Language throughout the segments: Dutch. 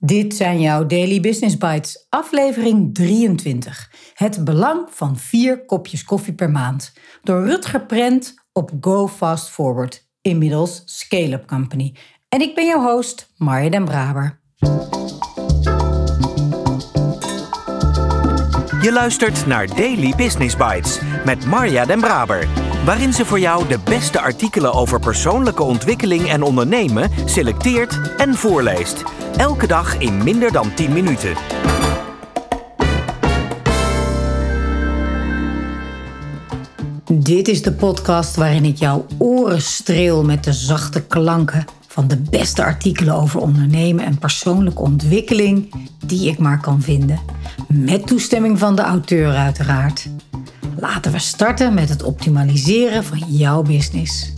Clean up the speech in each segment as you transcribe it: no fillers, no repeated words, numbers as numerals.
Dit zijn jouw Daily Business Bites, aflevering 23. Het belang van 4 kopjes koffie per maand. Door Rutger Prent op Go Fast Forward, inmiddels Scale-up Company. En ik ben jouw host, Marja den Braber. Je luistert naar Daily Business Bites met Marja den Braber, waarin ze voor jou de beste artikelen over persoonlijke ontwikkeling en ondernemen selecteert en voorleest. Elke dag in minder dan 10 minuten. Dit is de podcast waarin ik jouw oren streel met de zachte klanken van de beste artikelen over ondernemen en persoonlijke ontwikkeling die ik maar kan vinden. Met toestemming van de auteur uiteraard. Laten we starten met het optimaliseren van jouw business.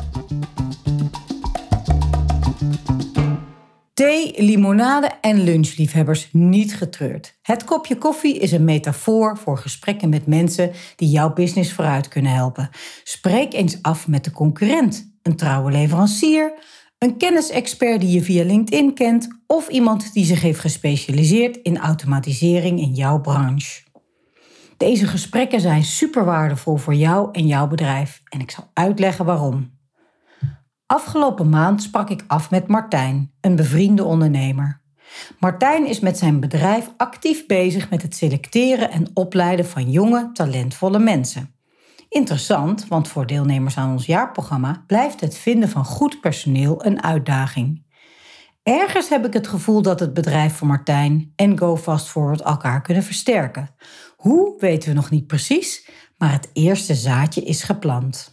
Thee, limonade en lunchliefhebbers niet getreurd. Het kopje koffie is een metafoor voor gesprekken met mensen die jouw business vooruit kunnen helpen. Spreek eens af met de concurrent, een trouwe leverancier, een kennisexpert die je via LinkedIn kent of iemand die zich heeft gespecialiseerd in automatisering in jouw branche. Deze gesprekken zijn super waardevol voor jou en jouw bedrijf en ik zal uitleggen waarom. Afgelopen maand sprak ik af met Martijn, een bevriende ondernemer. Martijn is met zijn bedrijf actief bezig met het selecteren en opleiden van jonge, talentvolle mensen. Interessant, want voor deelnemers aan ons jaarprogramma blijft het vinden van goed personeel een uitdaging. Ergens heb ik het gevoel dat het bedrijf van Martijn en Go Fast Forward elkaar kunnen versterken. Hoe, weten we nog niet precies, maar het eerste zaadje is geplant.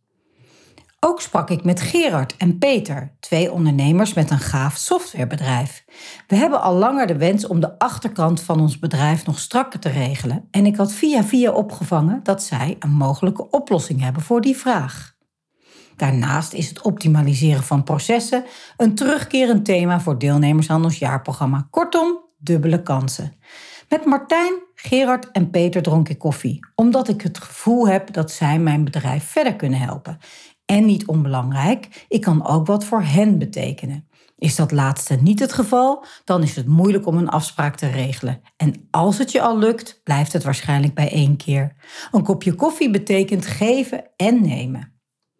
Ook sprak ik met Gerard en Peter, 2 ondernemers met een gaaf softwarebedrijf. We hebben al langer de wens om de achterkant van ons bedrijf nog strakker te regelen en ik had via opgevangen dat zij een mogelijke oplossing hebben voor die vraag. Daarnaast is het optimaliseren van processen een terugkerend thema voor deelnemers aan ons jaarprogramma. Kortom, dubbele kansen. Met Martijn, Gerard en Peter dronk ik koffie, omdat ik het gevoel heb dat zij mijn bedrijf verder kunnen helpen. En niet onbelangrijk, ik kan ook wat voor hen betekenen. Is dat laatste niet het geval, dan is het moeilijk om een afspraak te regelen. En als het je al lukt, blijft het waarschijnlijk bij 1 keer. Een kopje koffie betekent geven en nemen.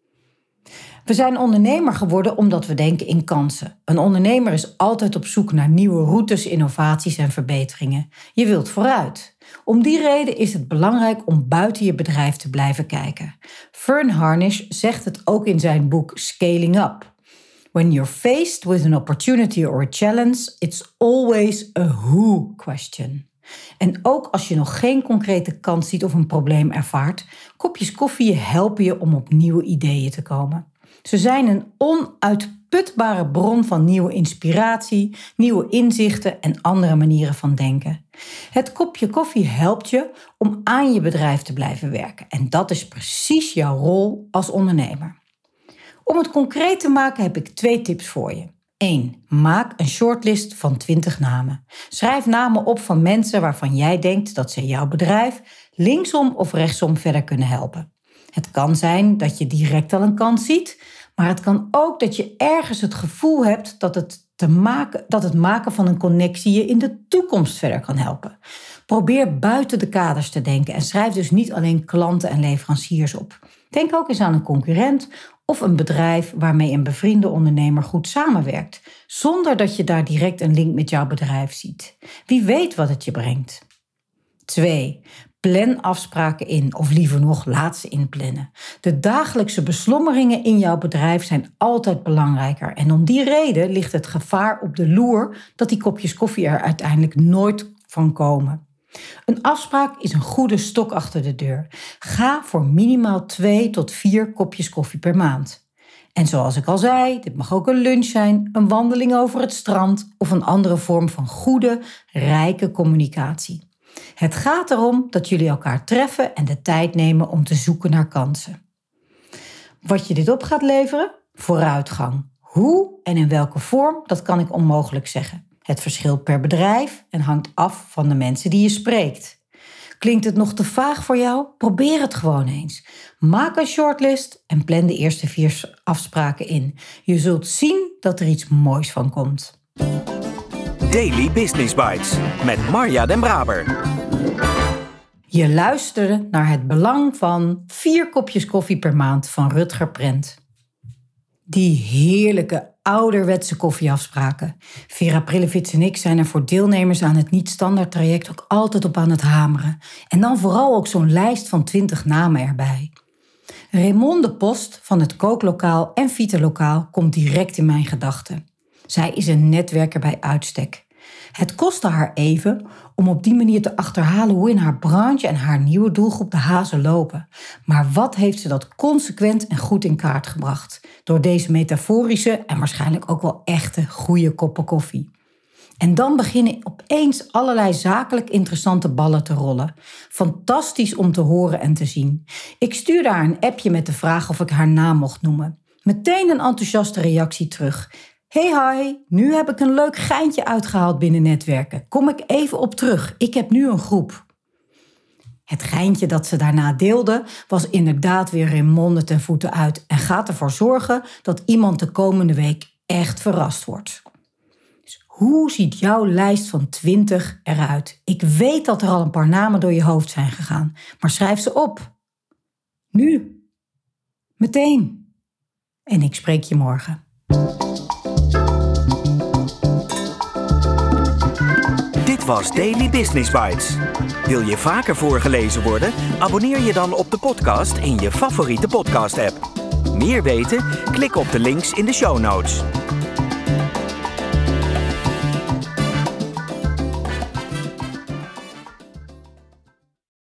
We zijn ondernemer geworden omdat we denken in kansen. Een ondernemer is altijd op zoek naar nieuwe routes, innovaties en verbeteringen. Je wilt vooruit. Om die reden is het belangrijk om buiten je bedrijf te blijven kijken. Fern Harnish zegt het ook in zijn boek Scaling Up. When you're faced with an opportunity or a challenge, it's always a who question. En ook als je nog geen concrete kans ziet of een probleem ervaart, kopjes koffie helpen je om op nieuwe ideeën te komen. Ze zijn een onuitputbare bron van nieuwe inspiratie, nieuwe inzichten en andere manieren van denken. Het kopje koffie helpt je om aan je bedrijf te blijven werken. En dat is precies jouw rol als ondernemer. Om het concreet te maken heb ik 2 tips voor je. 1. Maak een shortlist van 20 namen. Schrijf namen op van mensen waarvan jij denkt dat ze jouw bedrijf linksom of rechtsom verder kunnen helpen. Het kan zijn dat je direct al een kans ziet, maar het kan ook dat je ergens het gevoel hebt dat het maken van een connectie je in de toekomst verder kan helpen. Probeer buiten de kaders te denken en schrijf dus niet alleen klanten en leveranciers op. Denk ook eens aan een concurrent of een bedrijf waarmee een bevriende ondernemer goed samenwerkt, zonder dat je daar direct een link met jouw bedrijf ziet. Wie weet wat het je brengt. 2. Plan afspraken in, of liever nog, laat ze inplannen. De dagelijkse beslommeringen in jouw bedrijf zijn altijd belangrijker. En om die reden ligt het gevaar op de loer dat die kopjes koffie er uiteindelijk nooit van komen. Een afspraak is een goede stok achter de deur. Ga voor minimaal 2 tot 4 kopjes koffie per maand. En zoals ik al zei, dit mag ook een lunch zijn, een wandeling over het strand of een andere vorm van goede, rijke communicatie. Het gaat erom dat jullie elkaar treffen en de tijd nemen om te zoeken naar kansen. Wat je dit op gaat leveren? Vooruitgang. Hoe en in welke vorm, dat kan ik onmogelijk zeggen. Het verschilt per bedrijf en hangt af van de mensen die je spreekt. Klinkt het nog te vaag voor jou? Probeer het gewoon eens. Maak een shortlist en plan de eerste 4 afspraken in. Je zult zien dat er iets moois van komt. Daily Business Bites met Marja Den Braber. Je luisterde naar het belang van 4 kopjes koffie per maand van Rutger Prent. Die heerlijke ouderwetse koffieafspraken. Vera Prillevits en ik zijn er voor deelnemers aan het niet-standaard traject ook altijd op aan het hameren. En dan vooral ook zo'n lijst van 20 namen erbij. Raymond de Post van het kooklokaal en Vita-lokaal komt direct in mijn gedachten. Zij is een netwerker bij uitstek. Het kostte haar even om op die manier te achterhalen hoe in haar branche en haar nieuwe doelgroep de hazen lopen. Maar wat heeft ze dat consequent en goed in kaart gebracht? Door deze metaforische en waarschijnlijk ook wel echte goede koppen koffie. En dan beginnen opeens allerlei zakelijk interessante ballen te rollen. Fantastisch om te horen en te zien. Ik stuurde haar een appje met de vraag of ik haar naam mocht noemen. Meteen een enthousiaste reactie terug. Hi, nu heb ik een leuk geintje uitgehaald binnen netwerken. Kom ik even op terug. Ik heb nu een groep. Het geintje dat ze daarna deelde was inderdaad weer Raymond ten voeten uit en gaat ervoor zorgen dat iemand de komende week echt verrast wordt. Dus hoe ziet jouw lijst van 20 eruit? Ik weet dat er al een paar namen door je hoofd zijn gegaan, maar schrijf ze op. Nu. Meteen. En ik spreek je morgen. Dit was Daily Business Bites. Wil je vaker voorgelezen worden? Abonneer je dan op de podcast in je favoriete podcast-app. Meer weten? Klik op de links in de show notes.